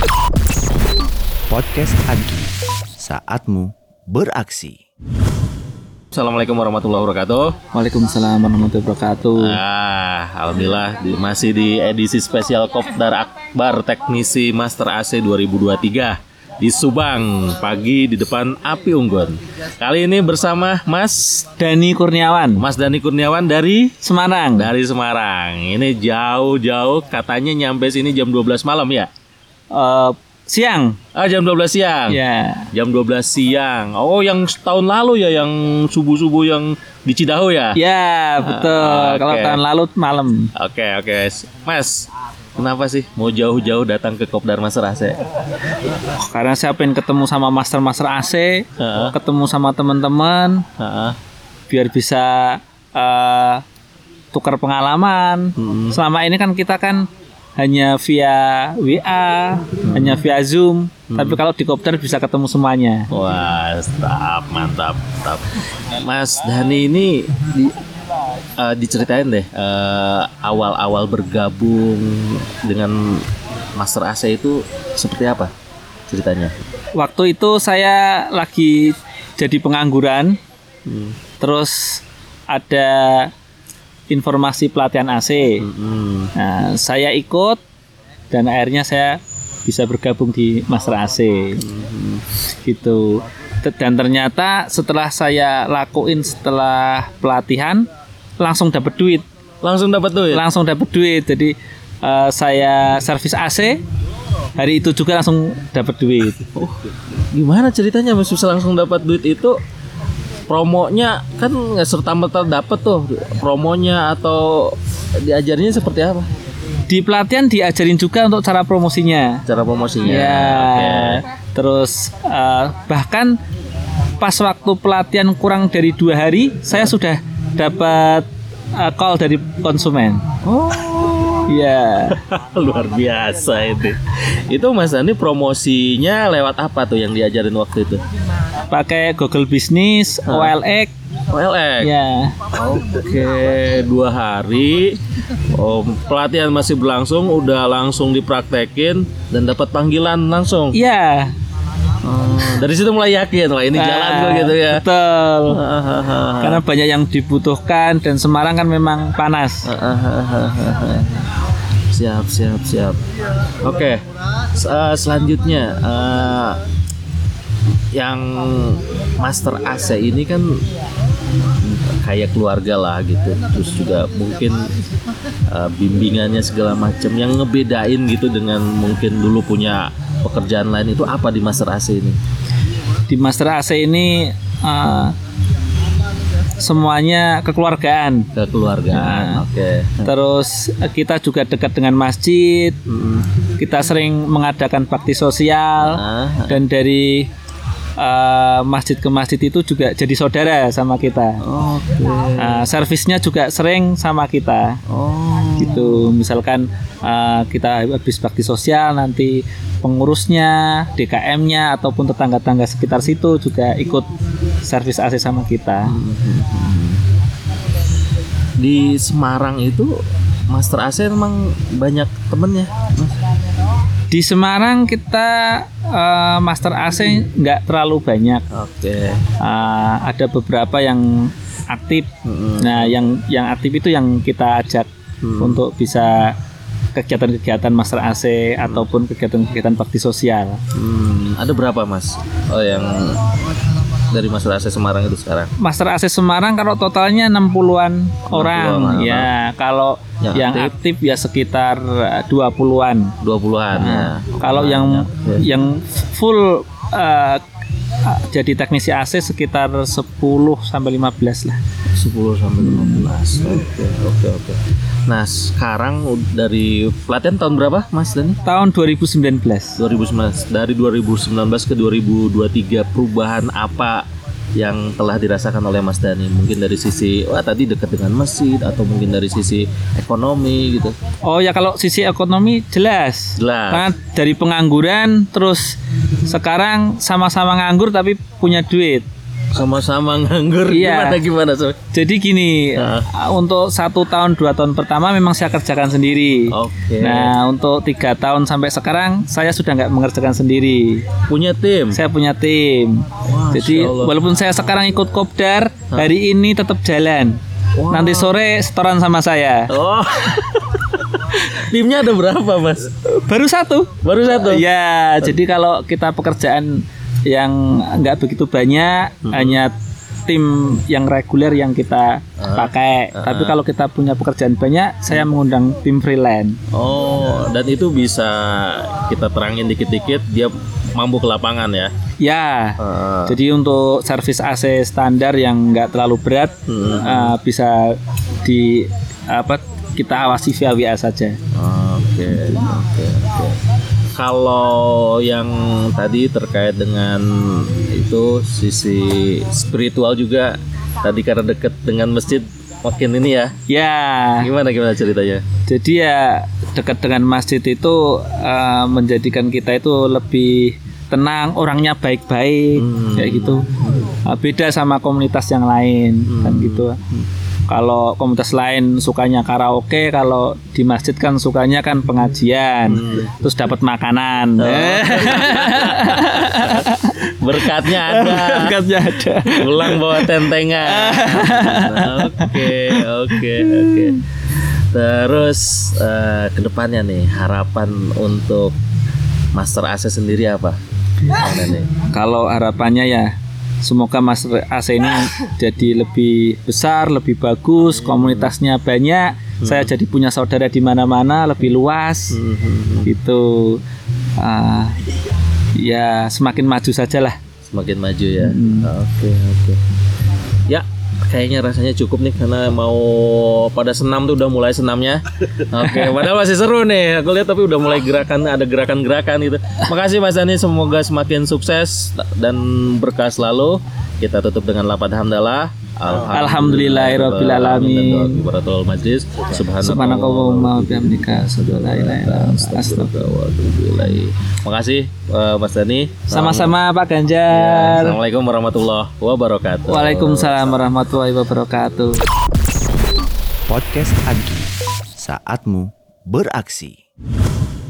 Podcast Agi, saatmu beraksi. Assalamualaikum warahmatullahi wabarakatuh. Waalaikumsalam warahmatullahi wabarakatuh. Alhamdulillah masih di edisi spesial Kopdar Akbar Teknisi Master AC 2023 di Subang, pagi di depan Api Unggun. Kali ini bersama Mas Dani Kurniawan. Mas Dani Kurniawan dari Semarang. Ini jauh-jauh, katanya nyampe sini jam 12 malam ya? Siang. Jam 12 siang. Ya. Jam 12 siang. Oh, yang tahun lalu ya, yang subuh-subuh yang di Cidahu ya? Ya, betul. Oke. Kalau tahun lalu malam. Oke. Mas, kenapa sih mau jauh-jauh datang ke Kopdar Master AC? Karena saya pengen ketemu sama master AC, ketemu sama teman-teman, biar bisa tukar pengalaman. Selama ini kan kita kan hanya via WA, hanya via Zoom. Tapi kalau di Kopdar bisa ketemu semuanya. Wah, mantap. Mas Dani ini diceritain deh awal-awal bergabung dengan Master AC itu seperti apa ceritanya? Waktu itu saya lagi jadi pengangguran, terus ada informasi pelatihan AC. Nah, saya ikut dan akhirnya saya bisa bergabung di Master AC. Gitu. Dan ternyata setelah saya lakuin setelah pelatihan langsung dapat duit. Langsung dapat duit. Jadi saya servis AC, hari itu juga langsung dapat duit. Oh, gimana ceritanya Mas bisa langsung dapat duit itu? Promonya kan nggak serta-merta dapat tuh promonya, atau diajarnya seperti apa? Di pelatihan diajarin juga untuk cara promosinya. Ya. Okay. Terus bahkan pas waktu pelatihan kurang dari 2 hari, saya sudah dapat call dari konsumen. Oh, iya. Luar biasa itu. Itu Mas Dani promosinya lewat apa tuh yang diajarin waktu itu? Pakai Google Business, OLX. Ya. Oke, 2 hari. Pelatihan masih berlangsung, udah langsung dipraktekin dan dapat panggilan langsung. Iya. Dari situ mulai yakin lah ini jalan kok gitu ya. Betul. Karena banyak yang dibutuhkan dan Semarang kan memang panas. Siap. Oke. Selanjutnya yang Master AC ini kan kayak keluarga lah gitu. Terus juga mungkin bimbingannya segala macam yang ngebedain gitu dengan mungkin dulu punya pekerjaan lain itu apa di Master AC ini? Di Master AC ini semuanya kekeluargaan. Oke. Terus kita juga dekat dengan masjid. Kita sering mengadakan bakti sosial. Dan dari masjid ke masjid itu juga jadi saudara sama kita. Servisnya juga sering sama kita. Gitu. Misalkan kita habis bakti sosial, nanti pengurusnya, DKM-nya ataupun tetangga-tangga sekitar situ juga ikut servis AC sama kita. Di Semarang itu Master AC memang banyak temennya, Mas? Di Semarang kita Master AC nggak terlalu banyak. Oke. Ada beberapa yang aktif. Nah, yang aktif itu yang kita ajak untuk bisa kegiatan-kegiatan Master AC ataupun kegiatan-kegiatan bakti sosial. Ada berapa Mas? Yang dari Master AC Semarang itu sekarang? Master AC Semarang kalau totalnya 60-an orang. Ya, kalau yang aktif ya sekitar 20-an. 20-an ya. Kalau yang full jadi teknisi AC sekitar 10 sampai 15 lah. 10 sampai 15. Oke. Nah, sekarang dari pelatihan tahun berapa, Mas Dani? Tahun 2019. Dari 2019 ke 2023, perubahan apa yang telah dirasakan oleh Mas Dani? Mungkin dari sisi tadi dekat dengan masjid, atau mungkin dari sisi ekonomi gitu. Oh ya, kalau sisi ekonomi jelas. Karena dari pengangguran terus sekarang sama-sama nganggur tapi punya duit. Sama-sama nganggur. Iya. Gimana so? Jadi gini, untuk 1 tahun 2 tahun pertama memang saya kerjakan sendiri. Oke. Nah, untuk 3 tahun sampai sekarang saya sudah nggak mengerjakan sendiri. Punya tim. Saya punya tim. Jadi Allah. walaupun saya sekarang ikut kopdar, hari ini tetap jalan. Wah. Nanti sore setoran sama saya. Oh. Timnya ada berapa, Mas? Baru satu. Baru satu. Ya, jadi kalau kita pekerjaan yang nggak begitu banyak, hanya tim yang reguler yang kita pakai. Tapi kalau kita punya pekerjaan banyak, saya mengundang tim freelance. Oh, dan itu bisa kita terangin dikit-dikit, dia mampu ke lapangan ya? Ya, jadi untuk servis AC standar yang nggak terlalu berat, bisa kita awasi via WA saja. Oke. Kalau yang tadi terkait dengan itu sisi spiritual juga, tadi karena dekat dengan masjid makin ini ya. Ya. Gimana ceritanya? Jadi ya dekat dengan masjid itu menjadikan kita itu lebih tenang, orangnya baik-baik kayak gitu. Beda sama komunitas yang lain kan gitu. Kalau komunitas lain sukanya karaoke, kalau di masjid kan sukanya kan pengajian, terus dapat makanan. Berkatnya ada. Berkatnya ada. Pulang bawa tentengan. Oke. Terus kedepannya nih harapan untuk Master AC sendiri apa? Kalau harapannya ya semoga Master AC ini jadi lebih besar, lebih bagus, komunitasnya banyak, saya jadi punya saudara di mana-mana, lebih luas, gitu. Ya semakin maju sajalah. Semakin maju ya. Oke. Ya, kayaknya rasanya cukup nih karena mau pada senam tuh udah mulai senamnya. Oke, padahal masih seru nih. Aku lihat tapi udah mulai ada gerakan-gerakan gitu. Makasih Mas Dani, semoga semakin sukses dan berkah selalu. Kita tutup dengan lafaz hamdalah. Alhamdulillahirabbil alamin. Baratul majlis. Subhanakallahumma wa bihamdika asyhadu an la ilaha illa anta astaghfiruka wa atubu ilaik. Makasih Mas Dani. Sama-sama Pak Ganjar. Assalamualaikum warahmatullahi wabarakatuh. Waalaikumsalam warahmatullahi wabarakatuh. Podcast Agi, saatmu beraksi.